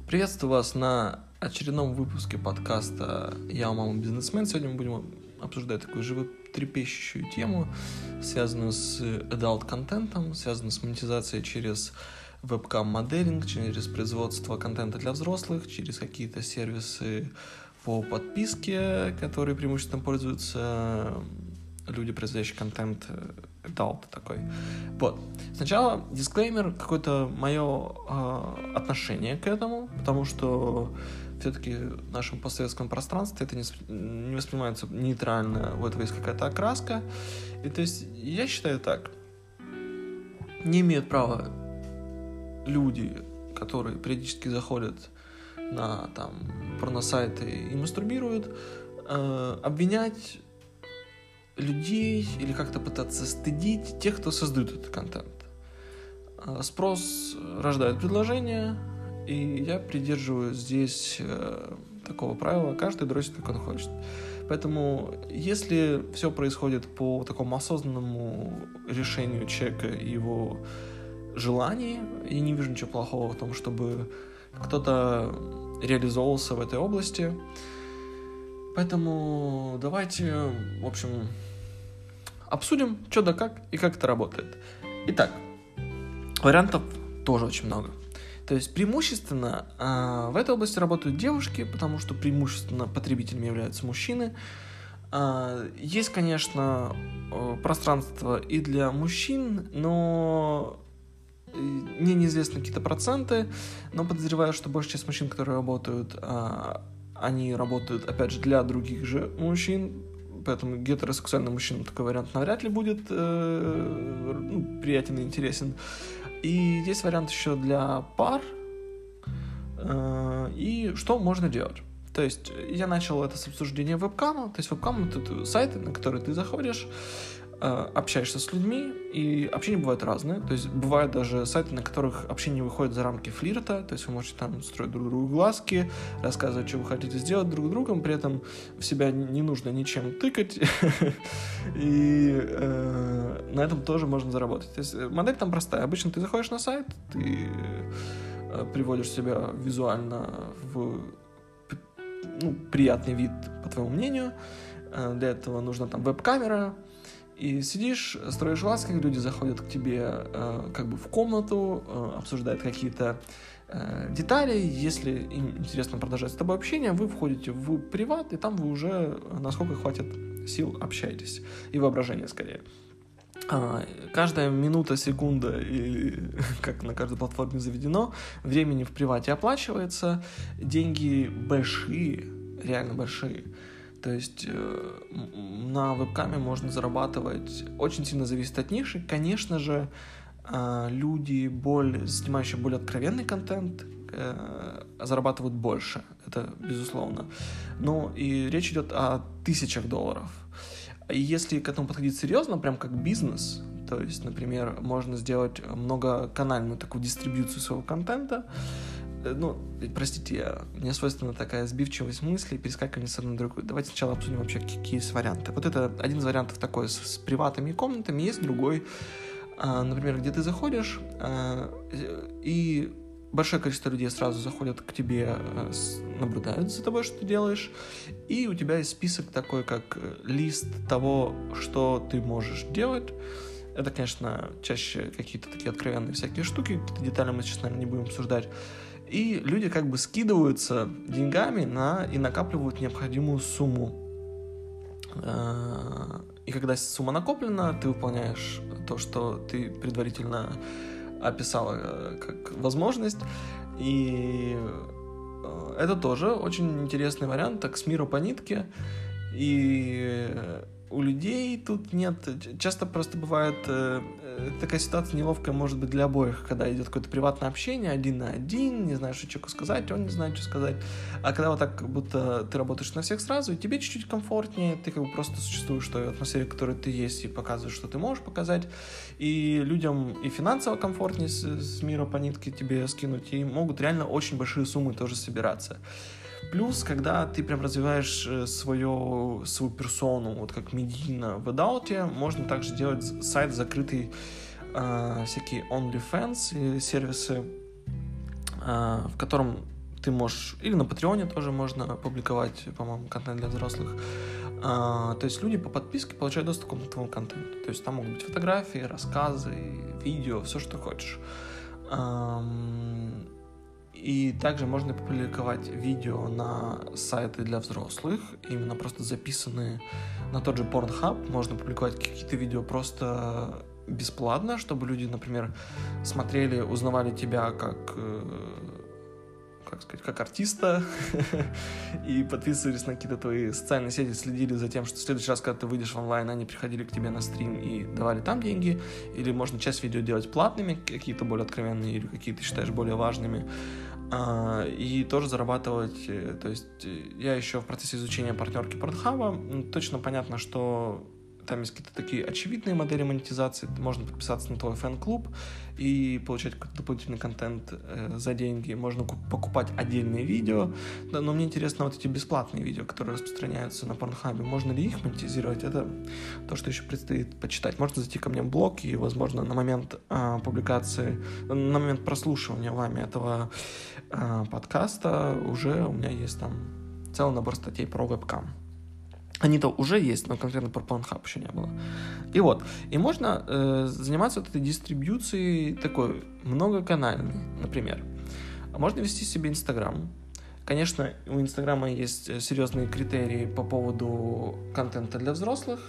Приветствую вас на очередном выпуске подкаста «Я мама бизнесмен». Сегодня мы будем обсуждать такую животрепещущую тему, связанную с adult-контентом, связанную с монетизацией через вебкам-моделинг, через производство контента для взрослых, через какие-то сервисы по подписке, которые преимущественно пользуются люди, производящие контент adult такой. Вот. Сначала дисклеймер, какое-то мое отношение к этому, потому что все-таки в нашем постсоветском пространстве это не воспринимается нейтрально, у этого есть какая-то окраска. И то есть я считаю так, не имеют права люди, которые периодически заходят на там порносайты и мастурбируют, обвинять людей или как-то пытаться стыдить тех, кто создает этот контент. Спрос рождает предложение, и я придерживаюсь здесь такого правила: каждый дрочит, как он хочет. Поэтому, если все происходит по такому осознанному решению человека и его желаний, я не вижу ничего плохого в том, чтобы кто-то реализовывался в этой области. Поэтому давайте, в общем, обсудим, что да как и как это работает. Итак, вариантов тоже очень много. То есть преимущественно в этой области работают девушки, потому что преимущественно потребителями являются мужчины. Есть, конечно, пространство и для мужчин, но мне неизвестны какие-то проценты, но подозреваю, что большая часть мужчин, которые работают, они работают, опять же, для других же мужчин, поэтому гетеросексуальным мужчинам такой вариант навряд ли будет приятен и интересен. И есть вариант еще для пар. И что можно делать? То есть я начал это с обсуждения вебкама. То есть вебкам — это сайты, на которые ты заходишь, общаешься с людьми, и общение бывает разное. То есть бывают даже сайты, на которых общение выходит за рамки флирта, то есть вы можете там строить друг другу глазки, рассказывать, что вы хотите сделать друг с другом, при этом в себя не нужно ничем тыкать, и на этом тоже можно заработать. То есть модель там простая. Обычно ты заходишь на сайт, ты приводишь себя визуально в приятный вид, по твоему мнению. Для этого нужна там веб-камера. И сидишь, строишь глазки, люди заходят к тебе как бы в комнату, обсуждают какие-то детали. Если им интересно продолжать с тобой общение, вы входите в приват, и там вы уже, насколько хватит сил, общаетесь. И воображения скорее. Каждая минута, секунда, или как на каждой платформе заведено, времени в привате оплачивается, деньги большие, реально большие. То есть на вебкаме можно зарабатывать, очень сильно зависит от ниши. Конечно же, люди, снимающие более откровенный контент, зарабатывают больше, это безусловно. Но и речь идет о $1000. И если к этому подходить серьезно, прям как бизнес, то есть, например, можно сделать многоканальную такую дистрибьюцию своего контента. Простите, мне свойственна такая сбивчивость мыслей, перескакивание с одной на другую. Давайте сначала обсудим вообще, какие есть варианты. Вот это один из вариантов такой с приватами и комнатами. Есть другой, например, где ты заходишь, и большое количество людей сразу заходят к тебе, наблюдают за тобой, что ты делаешь, и у тебя есть список такой, как лист того, что ты можешь делать. Это, конечно, чаще какие-то такие откровенные всякие штуки, какие-то детали мы сейчас, наверное, не будем обсуждать. И люди как бы скидываются деньгами и накапливают необходимую сумму. И когда сумма накоплена, ты выполняешь то, что ты предварительно описала как возможность. И это тоже очень интересный вариант, так с миру по нитке. И у людей тут нет... Часто просто бывает такая ситуация неловкая, может быть, для обоих, когда идет какое-то приватное общение, один на один, не знаешь, что сказать, он не знает, что сказать. А когда вот так, как будто ты работаешь на всех сразу, и тебе чуть-чуть комфортнее, ты как бы просто существуешь в той атмосфере, в которой ты есть, и показываешь, что ты можешь показать. И людям и финансово комфортнее с мира по нитке тебе скинуть, и могут реально очень большие суммы тоже собираться. Плюс, когда ты прям развиваешь свою персону, вот как медийно в адалте, можно также делать сайт закрытый, всякие OnlyFans сервисы, в котором ты можешь... Или на Патреоне тоже можно публиковать, по-моему, контент для взрослых. То есть люди по подписке получают доступ к твоему контенту. То есть там могут быть фотографии, рассказы, видео, все, что хочешь. И также можно публиковать видео на сайты для взрослых, именно просто записанные на тот же Pornhub. Можно публиковать какие-то видео просто бесплатно, чтобы люди, например, смотрели, узнавали тебя как артиста и подписывались на какие-то твои социальные сети, следили за тем, что в следующий раз, когда ты выйдешь в онлайн, они приходили к тебе на стрим и давали там деньги. Или можно часть видео делать платными, какие-то более откровенные или какие ты считаешь более важными, и тоже зарабатывать. То есть я еще в процессе изучения партнерки Pornhub. Точно понятно, что там есть какие-то такие очевидные модели монетизации. Можно подписаться на твой фэн-клуб и получать какой-то дополнительный контент за деньги. Можно покупать отдельные видео. Да, но мне интересно вот эти бесплатные видео, которые распространяются на Pornhub. Можно ли их монетизировать? Это то, что еще предстоит почитать. Можно зайти ко мне в блог и, возможно, на момент публикации, на момент прослушивания вами этого подкаста уже у меня есть там целый набор статей про вебкам. Они-то уже есть, но конкретно про Pornhub еще не было. И вот, и можно заниматься вот этой дистрибьюцией такой многоканальной, например. Можно вести себе Инстаграм. Конечно, у Инстаграма есть серьезные критерии по поводу контента для взрослых.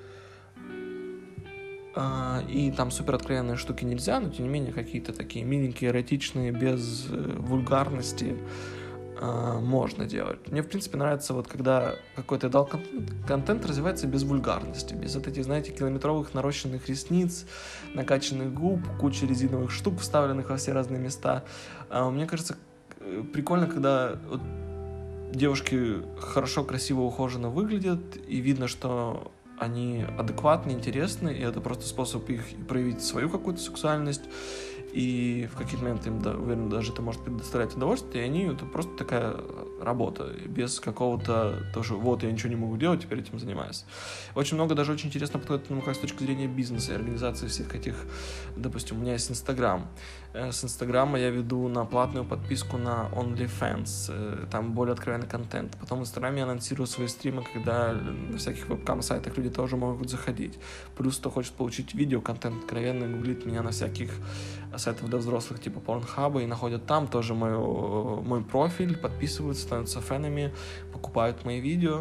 И там супер откровенные штуки нельзя, но тем не менее какие-то такие миленькие, эротичные, без вульгарности можно делать. Мне, в принципе, нравится, вот когда какой-то контент развивается без вульгарности, без вот этих, знаете, километровых нарощенных ресниц, накачанных губ, кучи резиновых штук, вставленных во все разные места. Мне кажется, прикольно, когда вот девушки хорошо, красиво, ухоженно выглядят, и видно, что они адекватны, интересны, и это просто способ их проявить свою какую-то сексуальность. И в какие-то моменты им, уверен, даже это может предоставлять удовольствие, и они, это просто такая работа, без какого-то тоже, вот, я ничего не могу делать, теперь этим занимаюсь. Очень много даже очень интересно подходит к этому как с точки зрения бизнеса и организации всех этих, допустим, у меня есть Инстаграм. С Инстаграма я веду на платную подписку на OnlyFans, там более откровенный контент. Потом в Инстаграме я анонсирую свои стримы, когда на всяких вебкам-сайтах люди тоже могут заходить. Плюс, кто хочет получить видео-контент откровенный, гуглит меня на всяких сайтов для взрослых типа Pornhub и находят там тоже мой профиль, подписываются, становятся фенами, покупают мои видео.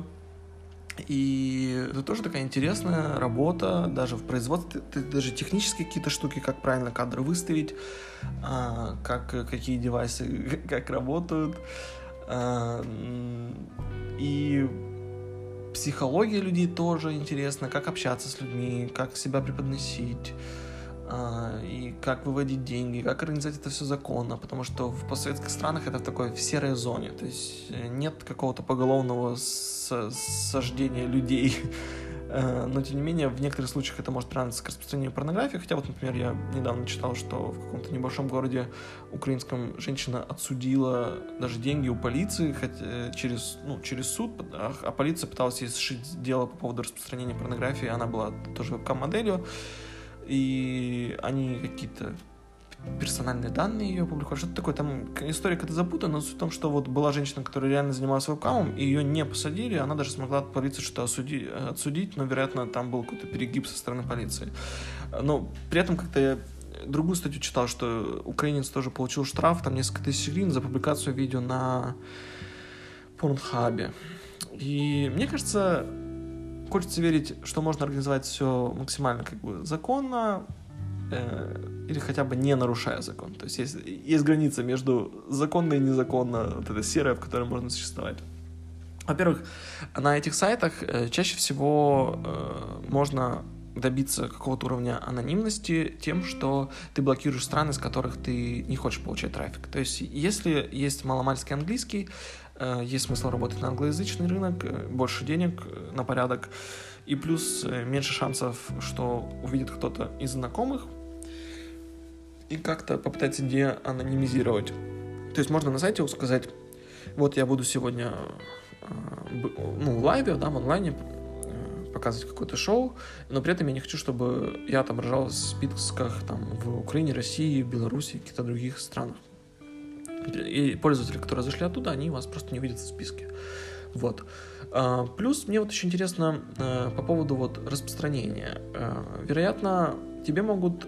И это тоже такая интересная работа, даже в производстве, даже технические какие-то штуки, как правильно кадры выставить, какие девайсы как работают, и психология людей тоже интересна, как общаться с людьми, как себя преподносить, и как выводить деньги, как организовать это все законно, потому что в постсоветских странах это в такой в серой зоне, то есть нет какого-то поголовного сождения людей, но тем не менее в некоторых случаях это может приравниваться к распространению порнографии, хотя вот, например, я недавно читал, что в каком-то небольшом городе украинском женщина отсудила даже деньги у полиции через суд, а полиция пыталась ей сшить дело по поводу распространения порнографии, она была тоже вебкам-моделью, и они какие-то персональные данные ее публиковали, что-то такое, там история как-то запутана, но суть в том, что вот была женщина, которая реально занималась вебкамом, и ее не посадили, она даже смогла от полиции что-то отсудить, но, вероятно, там был какой-то перегиб со стороны полиции. Но при этом как-то я другую статью читал, что украинец тоже получил штраф, там несколько тысяч гривен за публикацию видео на Pornhub. И мне кажется, хочется верить, что можно организовать все максимально законно, или хотя бы не нарушая закон. То есть есть граница между законно и незаконно, вот эта серая, в которой можно существовать. Во-первых, на этих сайтах чаще всего можно добиться какого-то уровня анонимности тем, что ты блокируешь страны, с которых ты не хочешь получать трафик. То есть если есть маломальский английский, есть смысл работать на англоязычный рынок, больше денег на порядок, и плюс меньше шансов, что увидит кто-то из знакомых и как-то попытается деанонимизировать. То есть можно на сайте сказать, вот я буду сегодня в лайве, в онлайне показывать какое-то шоу, но при этом я не хочу, чтобы я отображался в списках в Украине, России, Беларуси и каких-то других странах. И пользователи, которые зашли оттуда, они вас просто не увидят в списке. Вот. Плюс мне вот еще интересно по поводу вот распространения. Вероятно, тебе могут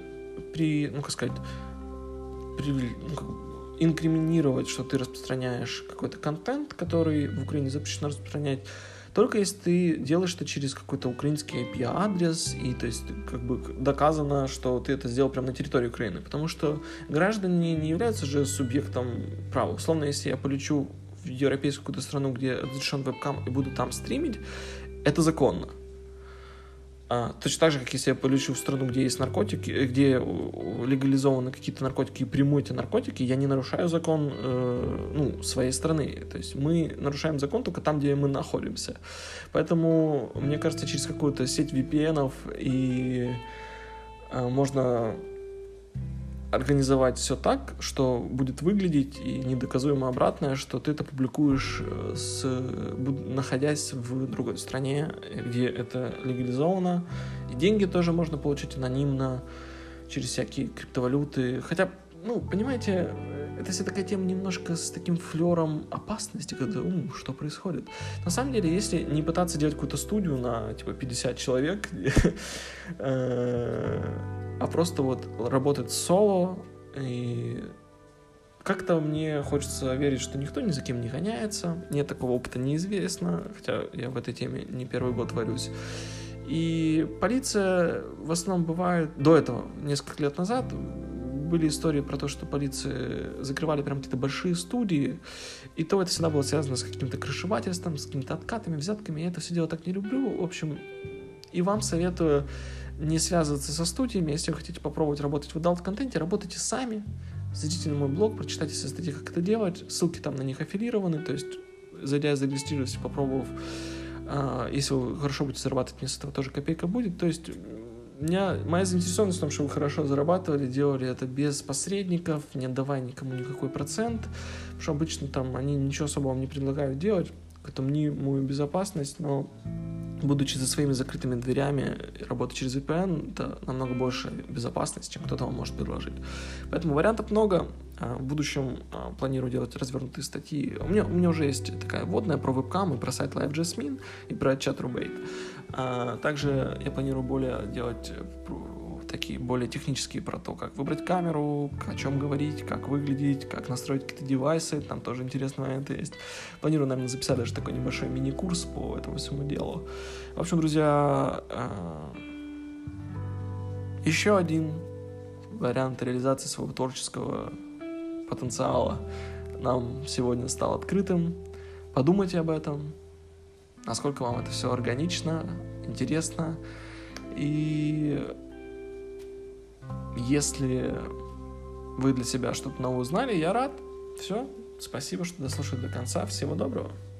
инкриминировать, что ты распространяешь какой-то контент, который в Украине запрещено распространять, только если ты делаешь это через какой-то украинский IP-адрес, и то есть как бы доказано, что ты это сделал прямо на территории Украины, потому что граждане не являются же субъектом права. Условно, если я полечу в европейскую какую-то страну, где разрешен вебкам, и буду там стримить, это законно. Точно так же, как если я полечу в страну, где есть наркотики, где легализованы какие-то наркотики, и приму эти наркотики, я не нарушаю закон своей страны. То есть мы нарушаем закон только там, где мы находимся. Поэтому, мне кажется, через какую-то сеть VPN-ов и можно организовать все так, что будет выглядеть и недоказуемо обратное, что ты это публикуешь, находясь в другой стране, где это легализовано. И деньги тоже можно получить анонимно через всякие криптовалюты. Хотя, понимаете, это вся такая тема немножко с таким флером опасности, когда, что происходит. На самом деле, если не пытаться делать какую-то студию на, 50 человек, а просто вот работать соло, и как-то мне хочется верить, что никто ни за кем не гоняется, мне такого опыта неизвестно, хотя я в этой теме не первый год варюсь. И полиция в основном бывает... До этого, несколько лет назад, были истории про то, что полиция закрывали прям какие-то большие студии, и то это всегда было связано с каким-то крышевательством, с какими-то откатами, взятками. Я это все дело так не люблю. В общем, и вам советую не связываться со студиями. Если вы хотите попробовать работать в adult-контенте, работайте сами. Зайдите на мой блог, прочитайте все статьи, как это делать. Ссылки там на них аффилированы. То есть, зайдя и зарегистрировавшись, попробовав, если вы хорошо будете зарабатывать, мне с этого тоже копейка будет. То есть, моя заинтересованность в том, что вы хорошо зарабатывали, делали это без посредников, не отдавая никому никакой процент. Потому что обычно там они ничего особо вам не предлагают делать, какую-то мнимую безопасность, но будучи за своими закрытыми дверями, работать через VPN, это намного больше безопасности, чем кто-то вам может предложить. Поэтому вариантов много. В будущем планирую делать развернутые статьи. У меня уже есть такая вводная про вебкам, и про сайт Live Jasmine, и про ChatRubate. Также я планирую делать такие более технические про то, как выбрать камеру, о чем говорить, как выглядеть, как настроить какие-то девайсы, там тоже интересные моменты есть. Планирую, наверное, записать даже такой небольшой мини-курс по этому всему делу. В общем, друзья, еще один вариант реализации своего творческого потенциала нам сегодня стал открытым. Подумайте об этом, насколько вам это все органично, интересно, и если вы для себя что-то новое узнали, я рад. Все, спасибо, что дослушали до конца. Всего доброго.